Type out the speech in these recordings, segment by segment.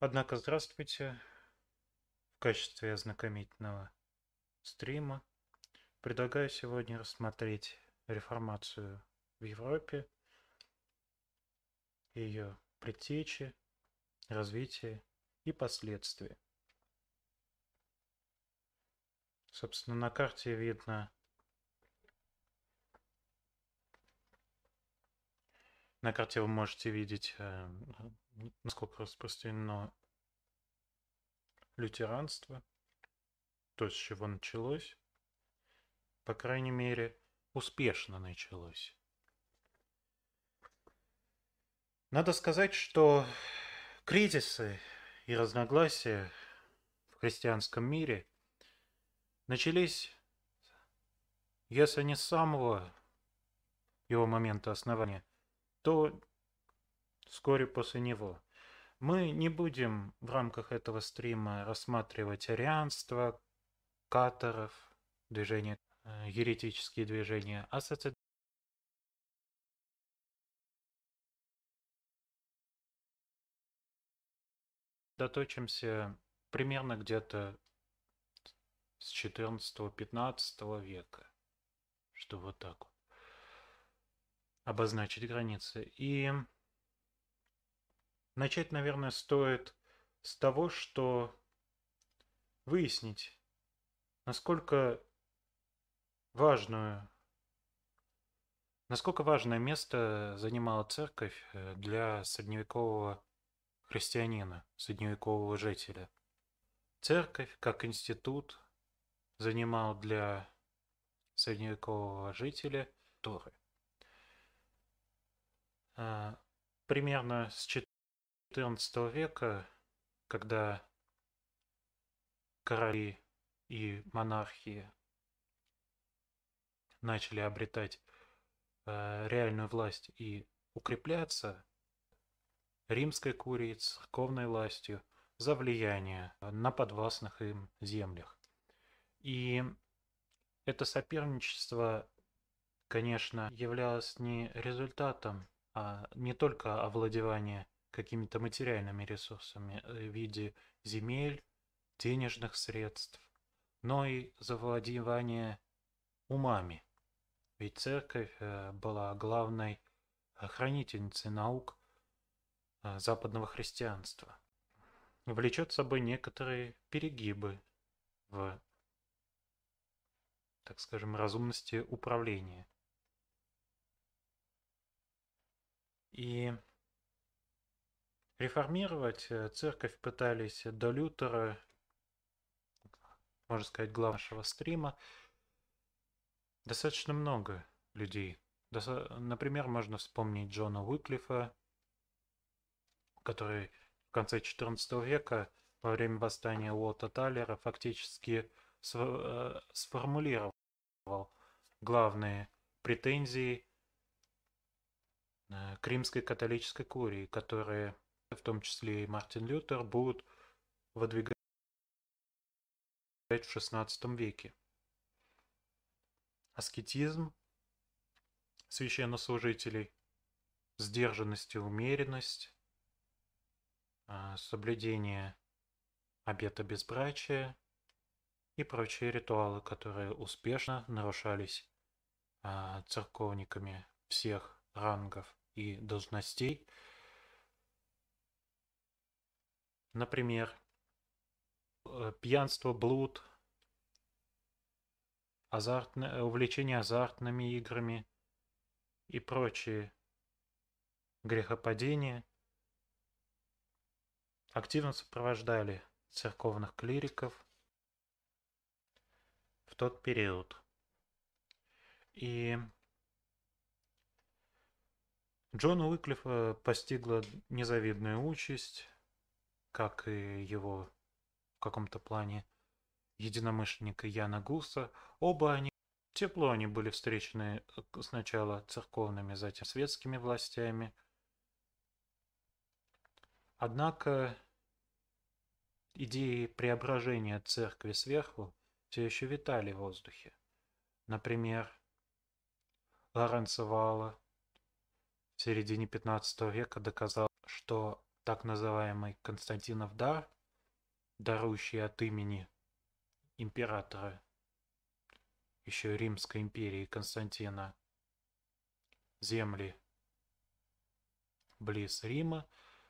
Однако, здравствуйте. В качестве ознакомительного стрима предлагаю сегодня рассмотреть реформацию в Европе, ее предтечи, развитие и последствия. Собственно, на карте видно, на карте вы можете видеть, насколько распространено лютеранство, то, с чего началось, по крайней мере, успешно началось. Надо сказать, что кризисы и разногласия в христианском мире начались, если не с самого его момента основания, то вскоре после него. Мы не будем в рамках этого стрима рассматривать арианство, каторов, движения, еретические движения, а сосредоточимся примерно где-то с 14-15 века, что вот так вот обозначить границы. И начать, наверное, стоит с того, что выяснить, насколько важную, насколько важное место занимала церковь для средневекового христианина, средневекового жителя. Церковь, как институт, занимал для средневекового жителя Торы. Примерно с XIV века, когда короли и монархии начали обретать реальную власть и укрепляться римской курией, церковной властью за влияние на подвластных им землях. И это соперничество, конечно, являлось не результатом, а не только овладевания какими-то материальными ресурсами в виде земель, денежных средств, но и завладевание умами. Ведь церковь была главной хранительницей наук западного христианства. Влечет с собой некоторые перегибы в, так скажем, разумности управления. И реформировать церковь пытались до Лютера, можно сказать, глава нашего стрима, достаточно много людей. Например, можно вспомнить Джона Уиклифа, который в конце XIV века во время восстания Уолта Таллера фактически сформулировал главные претензии к римской католической курии, которые, в том числе и Мартин Лютер, будут выдвигать в XVI веке. Аскетизм священнослужителей, сдержанность и умеренность, соблюдение обета безбрачия и прочие ритуалы, которые успешно нарушались церковниками всех рангов и должностей. Например, пьянство, блуд, увлечение азартными играми и прочие грехопадения активно сопровождали церковных клириков в тот период. И Джона Уиклифа постигла незавидная участь, как и его в каком-то плане единомышленника Яна Гуса. Оба они тепло они были встречены сначала церковными, затем светскими властями. Однако идеи преображения церкви сверху все еще витали в воздухе. Например, Лоренцо Валла в середине XV века доказал, что так называемый Константинов дар, дарующий от имени императора еще Римской империи Константина земли близ Рима,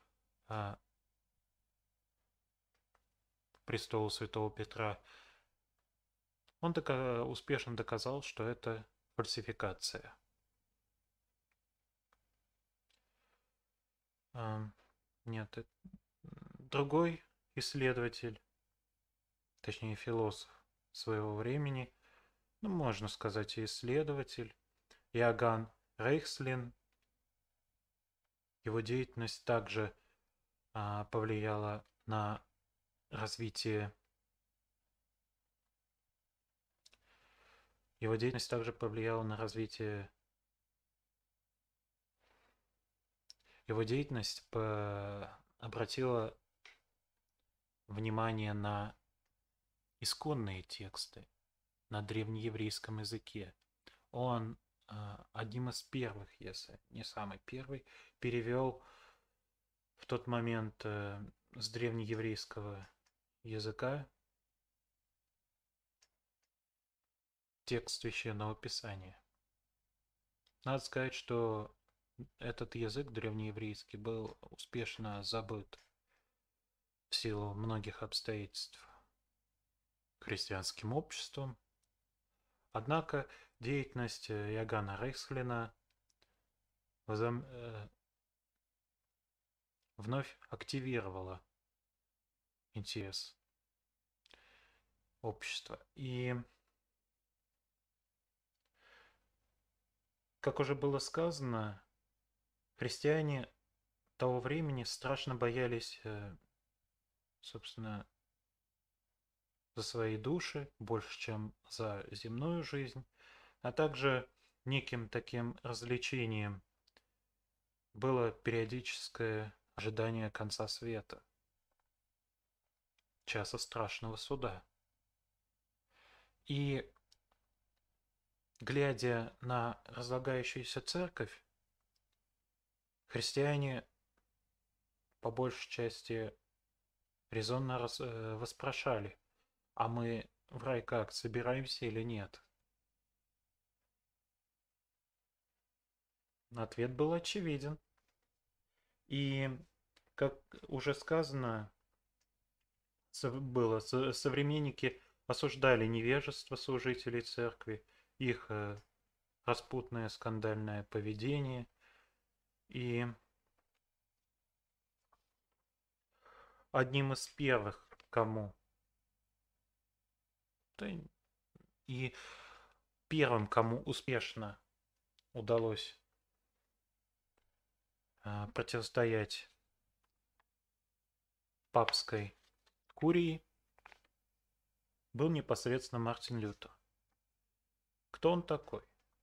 престолу святого Петра, он успешно доказал, что это фальсификация. Нет, другой исследователь, точнее философ своего времени, ну, можно сказать, и исследователь, Иоганн Рейхслин, его деятельность также повлияла на развитие Его деятельность также повлияла на развитие. Его деятельность обратила внимание на исконные тексты на древнееврейском языке. Он одним из первых, если не самый первый, перевел в тот момент с древнееврейского языка текст Священного Писания. Надо сказать, что этот язык древнееврейский был успешно забыт в силу многих обстоятельств христианским обществом. Однако деятельность Иоганна Рейхслина вновь активировала интерес общества. И, как уже было сказано, христиане того времени страшно боялись, собственно, за свои души больше, чем за земную жизнь, а также неким таким развлечением было периодическое ожидание конца света, часа страшного суда. И, глядя на разлагающуюся церковь, христиане по большей части резонно воспрошали: а мы в рай как, собираемся или нет? Ответ был очевиден. И, как уже сказано, современники осуждали невежество служителей церкви, их распутное скандальное поведение. И одним из первых, кому успешно удалось противостоять папской курии, был непосредственно Мартин Лютер. Кто он такой?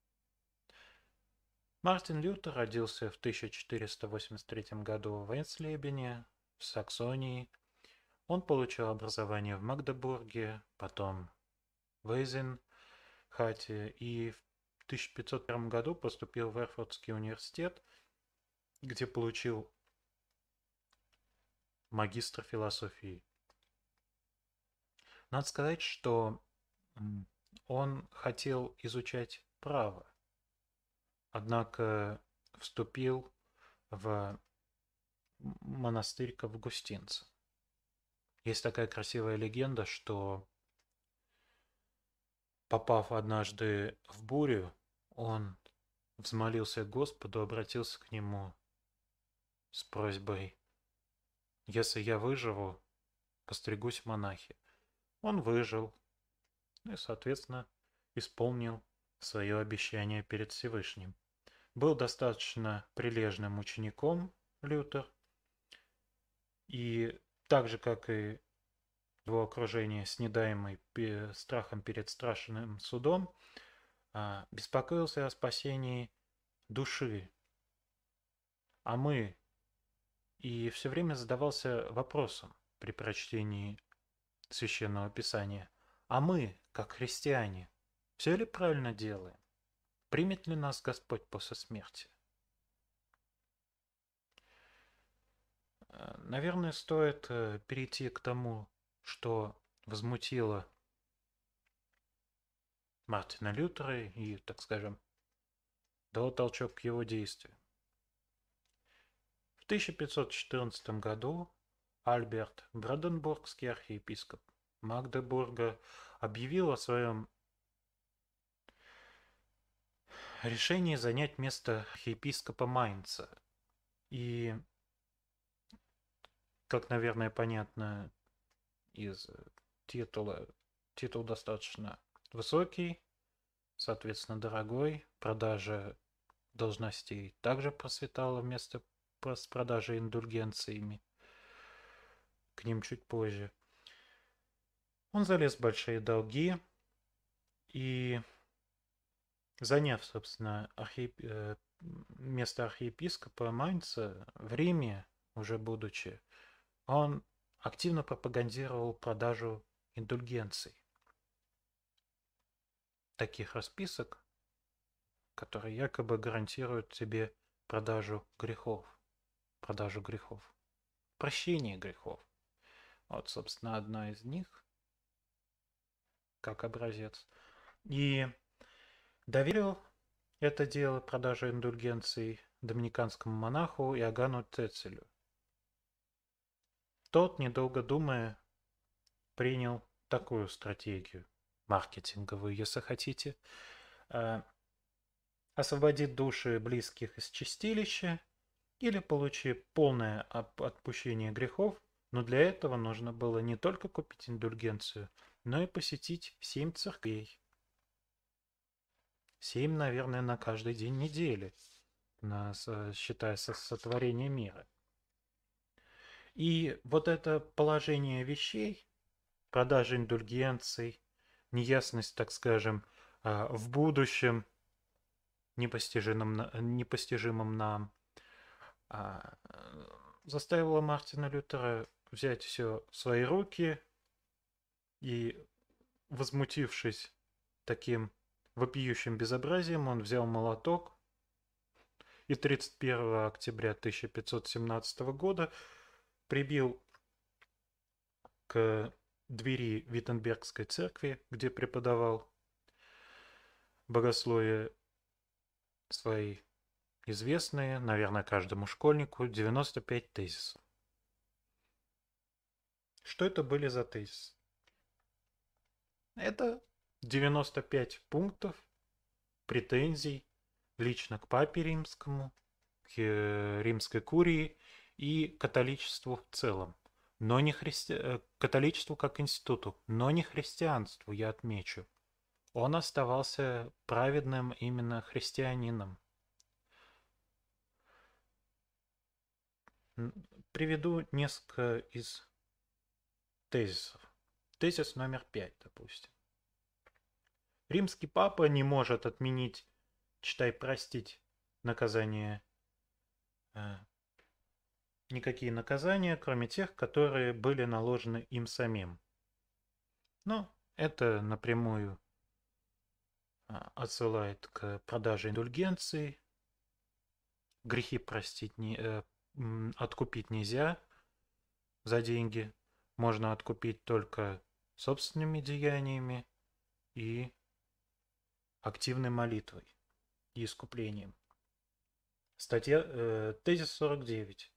Мартин Лютер родился в 1483 году в Эйнслебене, в Саксонии. Он получил образование в Магдебурге, потом в Эйзенхате и в 1501 году поступил в Эрфуртский университет, где получил магистра философии. Надо сказать, что он хотел изучать право, однако вступил в монастырь к августинцам. Есть такая красивая легенда, что, попав однажды в бурю, он взмолился к Господу, обратился к нему с просьбой: если я выживу, постригусь в монахи. Он выжил и, соответственно, исполнил свое обещание перед Всевышним. Был достаточно прилежным учеником Лютер, и так же, как и его окружение, снедаемый страхом перед страшным судом, беспокоился о спасении души. И все время задавался вопросом при прочтении Священного Писания: а мы, как христиане, все ли правильно делаем? Примет ли нас Господь после смерти? Наверное, стоит перейти к тому, что возмутило Мартина Лютера и, так скажем, дало толчок к его действию. В 1514 году Альберт Бранденбургский архиепископ Магдебурга объявил о своем решении занять место архиепископа Майнца. И, как, наверное, понятно из титула, титул достаточно высокий, соответственно, дорогой. Продажа должностей также процветала вместо с продажей индульгенциями. К ним чуть позже. Он залез в большие долги и, заняв, собственно, место архиепископа Майнца в Риме, уже будучи, он активно пропагандировал продажу индульгенций. Таких расписок, которые якобы гарантируют тебе продажу грехов, прощение грехов. Вот, собственно, одна из них, как образец. И доверил это дело продажи индульгенций доминиканскому монаху Иоганну Цецилю. Тот, недолго думая, принял такую стратегию, маркетинговую, если хотите, освободить души близких из чистилища или получить полное отпущение грехов, но для этого нужно было не только купить индульгенцию, но и посетить 7 церквей. 7, наверное, на каждый день недели, считая сотворение мира. И вот это положение вещей, продажа индульгенций, неясность, так скажем, в будущем, непостижимом нам, заставила Мартина Лютера взять все в свои руки и, возмутившись таким вопиющим безобразием, он взял молоток и 31 октября 1517 года прибил к двери Виттенбергской церкви, где преподавал богословие, свои известные, наверное, каждому школьнику, 95 тезисов. Что это были за тезисы? Это 95 пунктов претензий лично к Папе Римскому, к Римской курии и католичеству в целом. Но не католичеству как институту, но не христианству, я отмечу. Он оставался праведным именно христианином. Приведу несколько из тезисов. Тезис номер 5, допустим. Римский папа не может отменить, читай, простить наказание, никакие наказания, кроме тех, которые были наложены им самим. Но это напрямую отсылает к продаже индульгенций. Грехи простить откупить нельзя за деньги. Можно откупить только собственными деяниями и активной молитвой и искуплением. Тезис 49.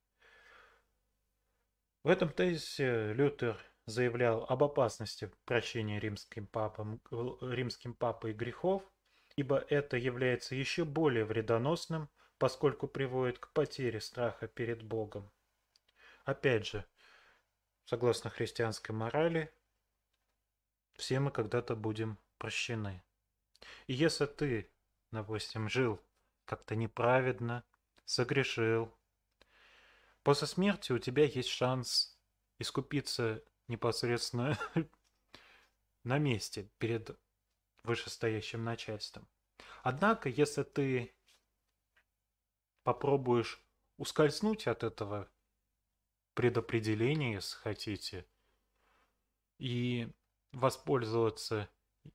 В этом тезисе Лютер заявлял об опасности прощения римским папой грехов, ибо это является еще более вредоносным, поскольку приводит к потере страха перед Богом. Опять же, согласно христианской морали, все мы когда-то будем прощены. И если ты, допустим, жил как-то неправедно, согрешил, после смерти у тебя есть шанс искупиться непосредственно на месте перед вышестоящим начальством. Однако, если ты попробуешь ускользнуть от этого предопределения, если хотите, и воспользоваться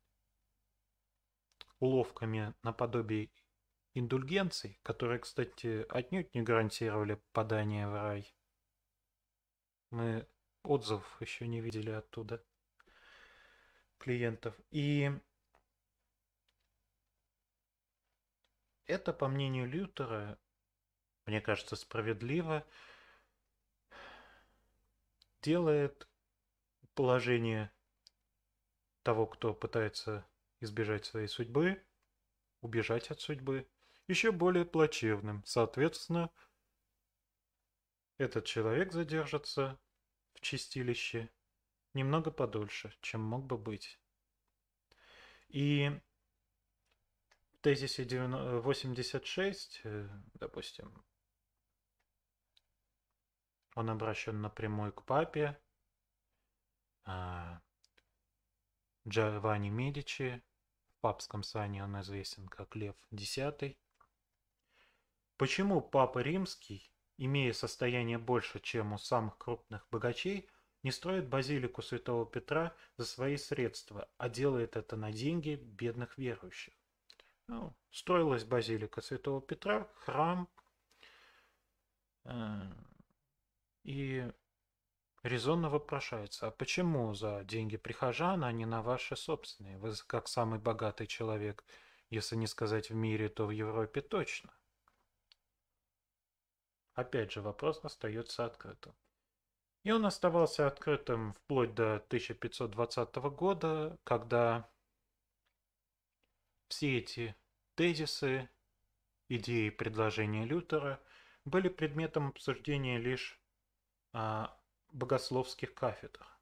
уловками наподобие индульгенций, которые, кстати, отнюдь не гарантировали попадание в рай, Мы отзывов еще не видели оттуда, клиентов. И это, по мнению Лютера, мне кажется, справедливо, делает положение того, кто пытается избежать своей судьбы, убежать от судьбы, еще более плачевным. Соответственно, этот человек задержится в чистилище немного подольше, чем мог бы быть. И в тезисе 86, допустим, он обращен напрямую к папе Джованни Медичи. В папском сане он известен как Лев X. Почему Папа Римский, имея состояние больше, чем у самых крупных богачей, не строит базилику Святого Петра за свои средства, а делает это на деньги бедных верующих? Ну, строилась базилика Святого Петра, храм, и резонно вопрошается, а почему за деньги прихожан, а не на ваши собственные? Вы как самый богатый человек, если не сказать в мире, то в Европе точно. Опять же, вопрос остается открытым. И он оставался открытым вплоть до 1520 года, когда все эти тезисы, идеи и предложения Лютера были предметом обсуждения лишь богословских кафедрах.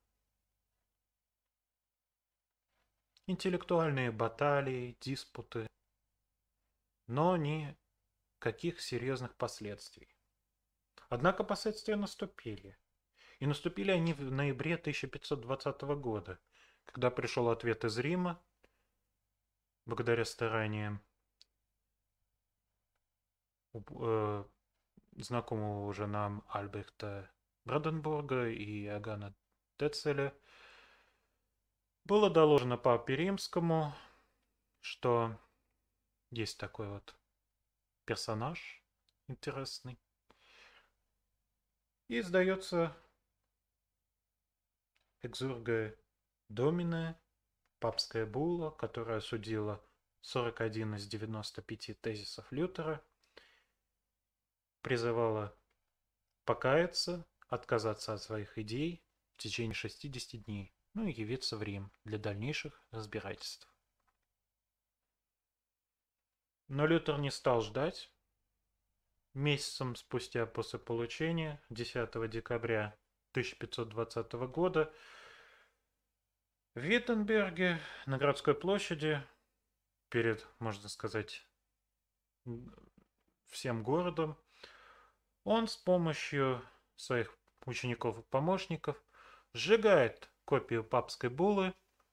Интеллектуальные баталии, диспуты, но никаких серьезных последствий. Однако последствия наступили. И наступили они в ноябре 1520 года, когда пришел ответ из Рима, благодаря стараниям знакомого уже нам Альбрехта Бранденбурга и Иоганна Тецеля, было доложено Папе Римскому, что есть такой вот персонаж интересный. И издается Exsurge Domine, папская булла, которая осудила 41 из 95 тезисов Лютера, призывала покаяться, отказаться от своих идей в течение 60 дней, ну и явиться в Рим для дальнейших разбирательств. Но Лютер не стал ждать. Месяцем спустя после получения, 10 декабря 1520 года, в Виттенберге на городской площади, перед, можно сказать, всем городом, он с помощью своих учеников и помощников сжигает копию папской буллы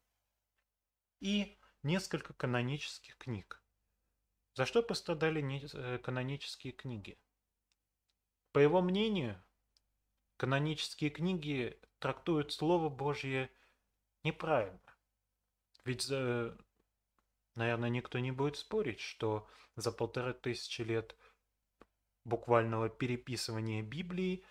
и несколько канонических книг. За что пострадали канонические книги? По его мнению, канонические книги трактуют Слово Божье неправильно. Ведь, наверное, никто не будет спорить, что за 1500 лет буквального переписывания Библии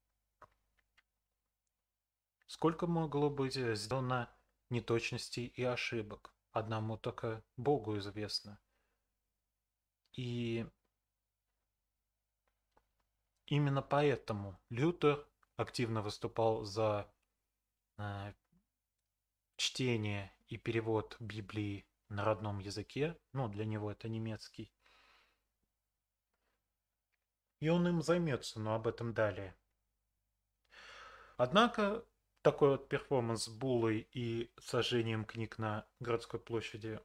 сколько могло быть сделано неточностей и ошибок. Одному только Богу известно. И именно поэтому Лютер активно выступал за чтение и перевод Библии на родном языке. Ну, для него это немецкий. И он им займется, но об этом далее. Однако такой вот перформанс с буллой и сожжением книг на городской площади,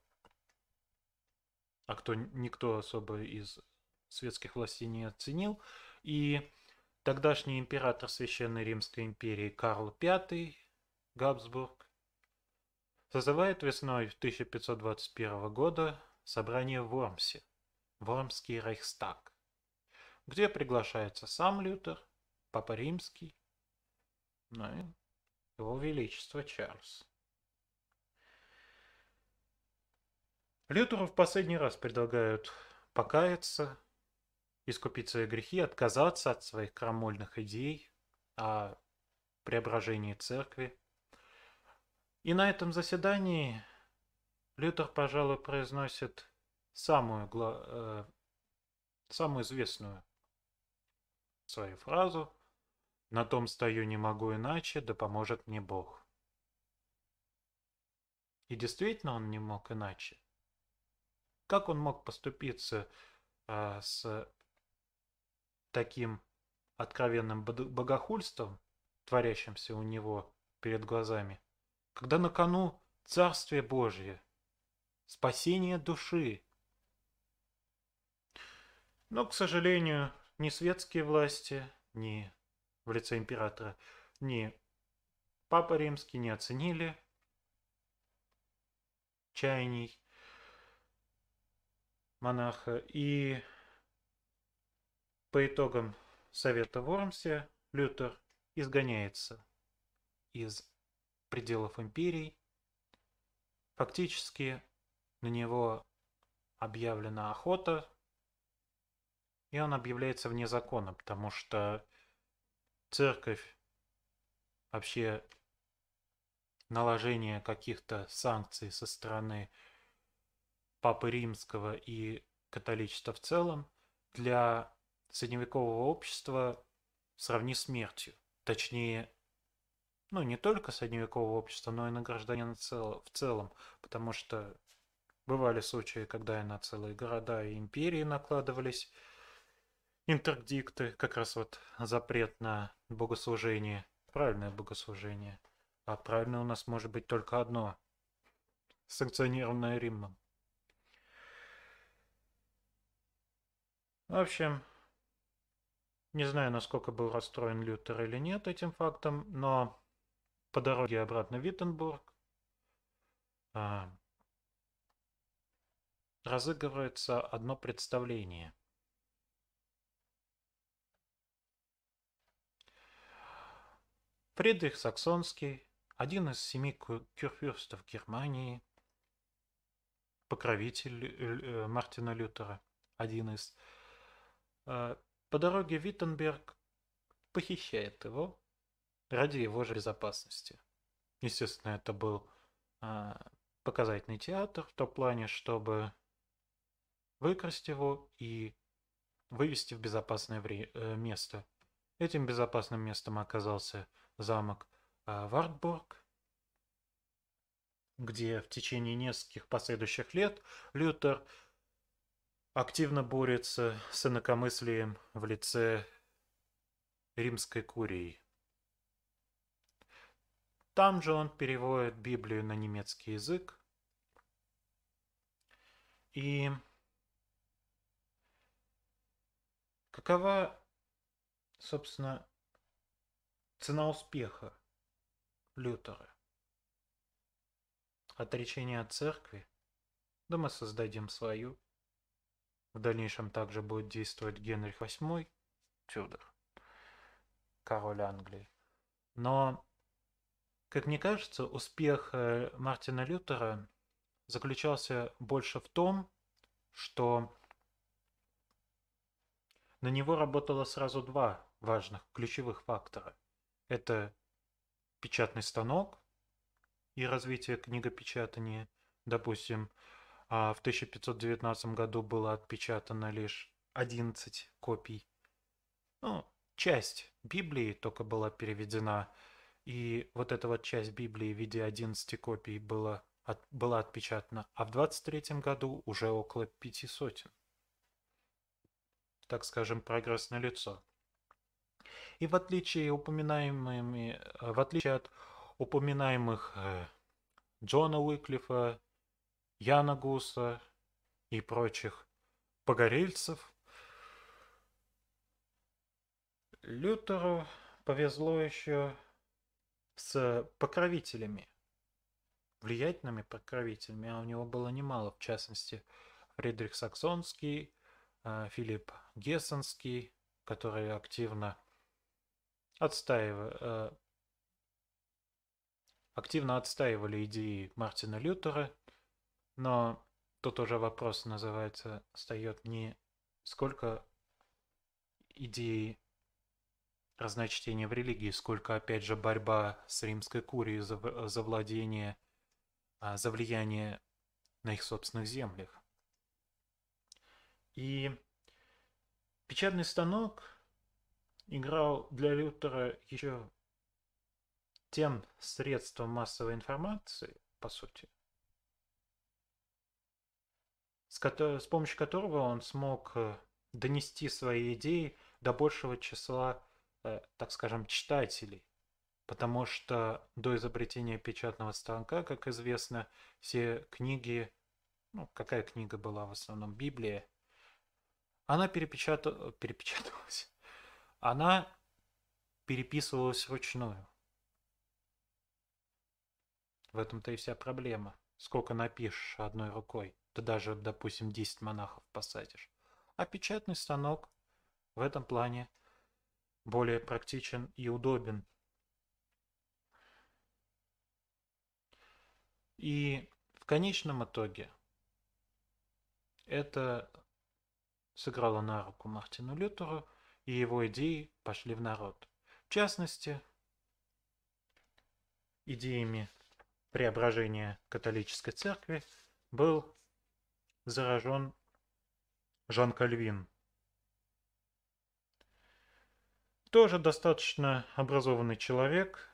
никто особо из светских властей не оценил. И тогдашний император Священной Римской империи Карл V Габсбург созывает весной 1521 года собрание в Вормсе, Вормский Рейхстаг, где приглашается сам Лютер, Папа Римский, ну и его Величество Чарльз. Лютеру в последний раз предлагают покаяться, искупить свои грехи, отказаться от своих крамольных идей, а преображении церкви. И на этом заседании Лютер, пожалуй, произносит самую известную свою фразу: «На том стою, не могу иначе, да поможет мне Бог». И действительно он не мог иначе. Как он мог поступиться с таким откровенным богохульством, творящимся у него перед глазами, когда на кону Царствие Божье, спасение души? Но, к сожалению, ни светские власти, ни в лице императора, ни Папа Римский не оценили чаяний монарха, и по итогам Совета в Вормсе Лютер изгоняется из пределов империи. Фактически на него объявлена охота, и он объявляется вне закона, потому что церковь, вообще наложение каких-то санкций со стороны Папы Римского и католичества в целом для средневекового общества сравни с смертью. Точнее, ну не только средневекового общества, но и на гражданина в целом, потому что бывали случаи, когда и на целые города и империи накладывались интердикты, как раз вот запрет на богослужение, правильное богослужение. А правильно у нас может быть только одно, санкционированное Римом. В общем, не знаю, насколько был расстроен Лютер или нет этим фактом, но по дороге обратно в Виттенбург разыгрывается одно представление. Фридрих Саксонский, один из 7 кюрфюрстов Германии, покровитель Мартина Лютера, один из, по дороге в Виттенберг похищает его ради его же безопасности. Естественно, это был показательный театр в том плане, чтобы выкрасть его и вывести в безопасное место. Этим безопасным местом оказался замок Вартбург, где в течение нескольких последующих лет Лютер активно борется с инакомыслием в лице римской курии. Там же он переводит Библию на немецкий язык. И какова, собственно, цена успеха Лютера? Отречение от церкви? Да мы создадим свою. В дальнейшем также будет действовать Генрих VIII, Тюдор, король Англии. Но, как мне кажется, успех Мартина Лютера заключался больше в том, что на него работало сразу два важных, ключевых фактора. Это печатный станок и развитие книгопечатания. Допустим, в 1519 году было отпечатано лишь 11 копий. Ну, часть Библии только была переведена, и вот эта вот часть Библии в виде 11 копий была отпечатана, а в 23 году уже около 500. Так скажем, прогресс налицо. И в отличие от упоминаемых Джона Уиклифа, Яна Гуса и прочих погорельцев, Лютеру повезло еще с покровителями, влиятельными покровителями, а у него было немало, в частности, Фридрих Саксонский, Филипп Гессенский, которые активно отстаивали идеи Мартина Лютера, но тут уже вопрос встает не сколько идеи разночтения в религии, сколько, опять же, борьба с римской курией за владение, за влияние на их собственных землях. И печатный станок играл для Лютера еще тем средством массовой информации, по сути, с помощью которого он смог донести свои идеи до большего числа, так скажем, читателей. Потому что до изобретения печатного станка, как известно, все книги, ну, какая книга была в основном? Библия, она перепечатывалась, она переписывалась вручную. В этом-то и вся проблема. Сколько напишешь одной рукой, ты даже, допустим, 10 монахов посадишь. А печатный станок в этом плане более практичен и удобен. И в конечном итоге это сыграло на руку Мартину Лютеру, и его идеи пошли в народ. В частности, идеями преображения католической церкви был заражен Жан Кальвин. Тоже достаточно образованный человек,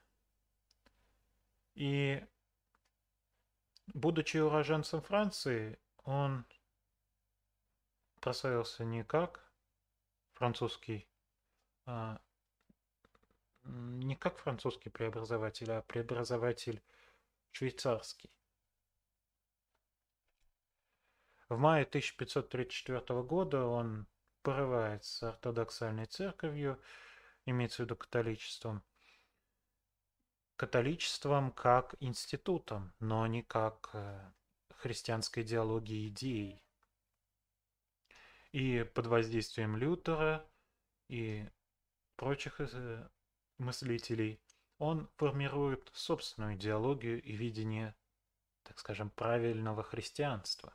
и, будучи уроженцем Франции, он прославился не как французский, а, не как французский преобразователь, а преобразователь швейцарский. В мае 1534 года он порывает с ортодоксальной церковью, имеется в виду католичеством, как институтом, но не как христианской идеологией и идеей. И под воздействием Лютера и прочих мыслителей он формирует собственную идеологию и видение, так скажем, правильного христианства.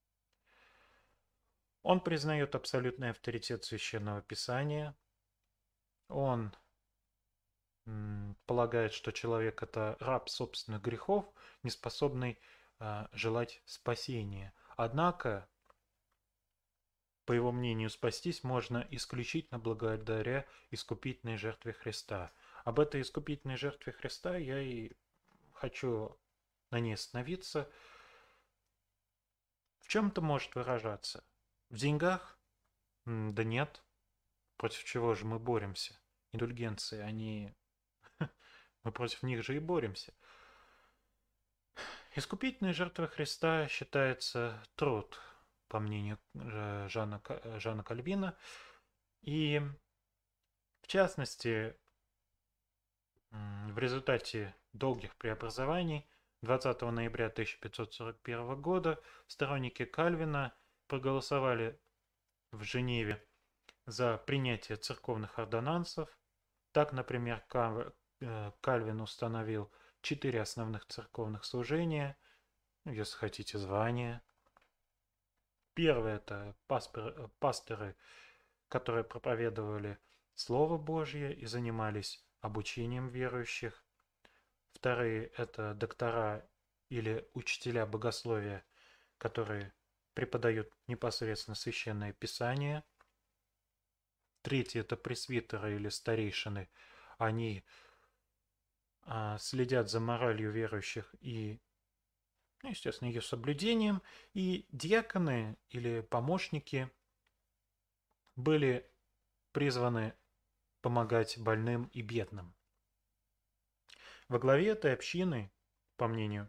Он признает абсолютный авторитет Священного Писания. Он полагает, что человек – это раб собственных грехов, не способный желать спасения. Однако, по его мнению, спастись можно исключительно благодаря искупительной жертве Христа. Об этой искупительной жертве Христа я и хочу на ней остановиться. В чем это может выражаться? В деньгах? Да нет. Против чего же мы боремся? Индульгенции, они... Мы против них же и боремся. Искупительной жертвой Христа считается труд, по мнению Жана Кальвина. И, в частности, в результате долгих преобразований 20 ноября 1541 года сторонники Кальвина проголосовали в Женеве за принятие церковных ордонансов. Так, например, Кальвин установил 4 основных церковных служения, если хотите, звания. Первое – это пасторы, которые проповедовали Слово Божье и занимались обучением верующих. Вторые – это доктора или учителя богословия, которые преподают непосредственно Священное Писание. Третье – это пресвитеры или старейшины. Они следят за моралью верующих и, естественно, ее соблюдением. И диаконы или помощники были призваны помогать больным и бедным. Во главе этой общины, по мнению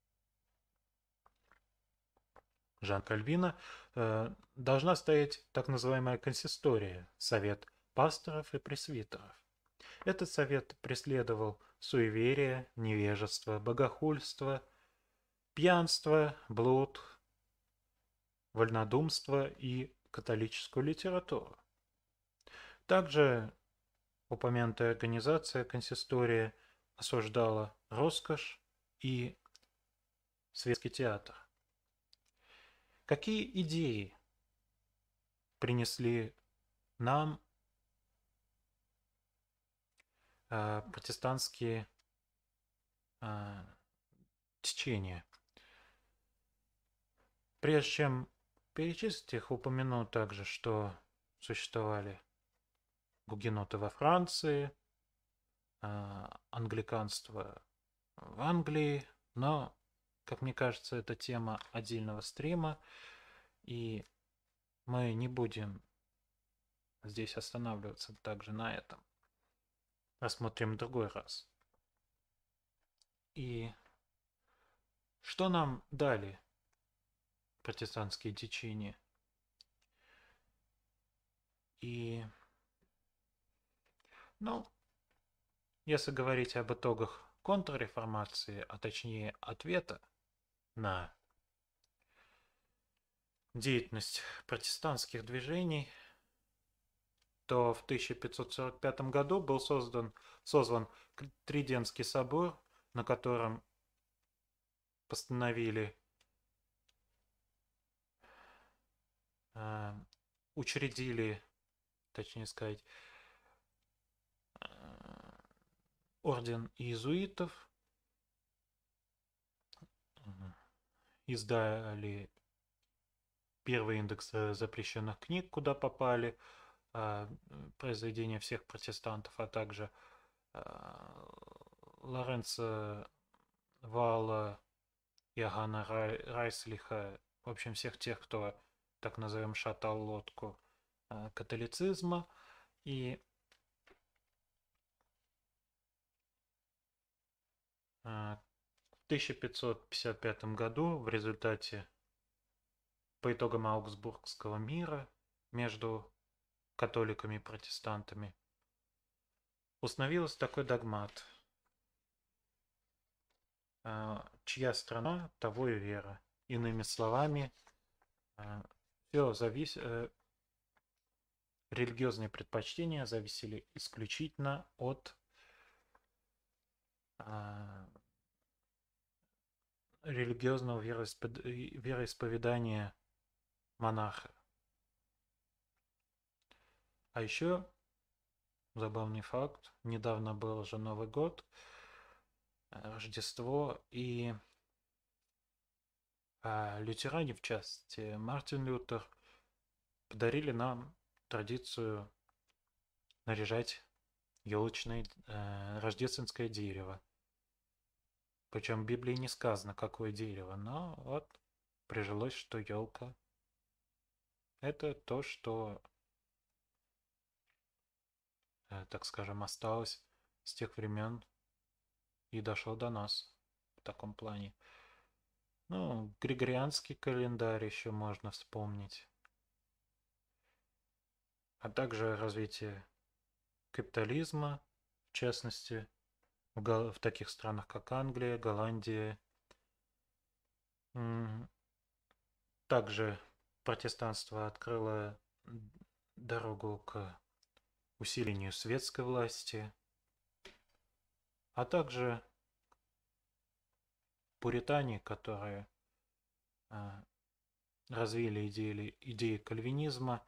Жана Кальвина, должна стоять так называемая консистория, совет пасторов и пресвитеров. Этот совет преследовал суеверие, невежество, богохульство, пьянство, блуд, вольнодумство и католическую литературу. Также упомянутая организация консистория осуждала роскошь и светский театр. Какие идеи принесли нам протестантские а, течения. Прежде чем перечислить их, упомяну также, что существовали гугеноты во Франции, англиканство в Англии, но, как мне кажется, это тема отдельного стрима, и мы не будем здесь останавливаться также на этом. Рассмотрим в другой раз. И что нам дали протестантские течения? И, ну, если говорить об итогах контрреформации, а точнее ответа на деятельность протестантских движений, то в 1545 году был созван Тридентский собор, на котором постановили учредили, точнее сказать, орден иезуитов, издали первый индекс запрещенных книг, куда попали произведения всех протестантов, а также Лоренца Валла, Иоганна Райслиха, в общем, всех тех, кто, так назовем, шатал лодку католицизма. И в 1555 году в результате, по итогам Аугсбургского мира между католиками и протестантами, установился такой догмат: чья страна, того и вера. Иными словами, все религиозные предпочтения зависели исключительно от религиозного вероисповедания монарха. А еще забавный факт: недавно был же Новый год, Рождество, и лютеране, в частности Мартин Лютер, подарили нам традицию наряжать елочное рождественское дерево. Причем в Библии не сказано, какое дерево, но вот прижилось, что елка — это то, что, так скажем, осталось с тех времен и дошло до нас в таком плане. Ну, григорианский календарь еще можно вспомнить, а также развитие капитализма, в частности, в таких странах, как Англия, Голландия. Также протестанство открыло дорогу к усилению светской власти, а также пуритане, которые развили идеи кальвинизма,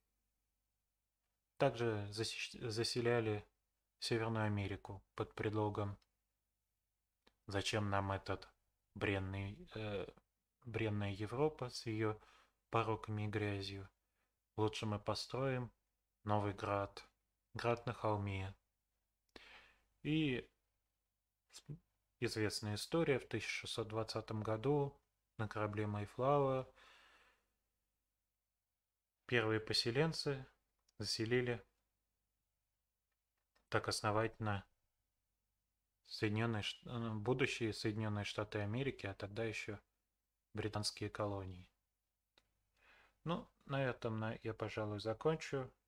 также заселяли Северную Америку под предлогом: зачем нам этот бренная Европа с ее пороками и грязью? Лучше мы построим новый град на холме. И известная история: в 1620 году на корабле Мэйфлауэр первые поселенцы заселили так основательно будущие Соединенные Штаты Америки, а тогда еще британские колонии. Ну, на этом я, пожалуй, закончу.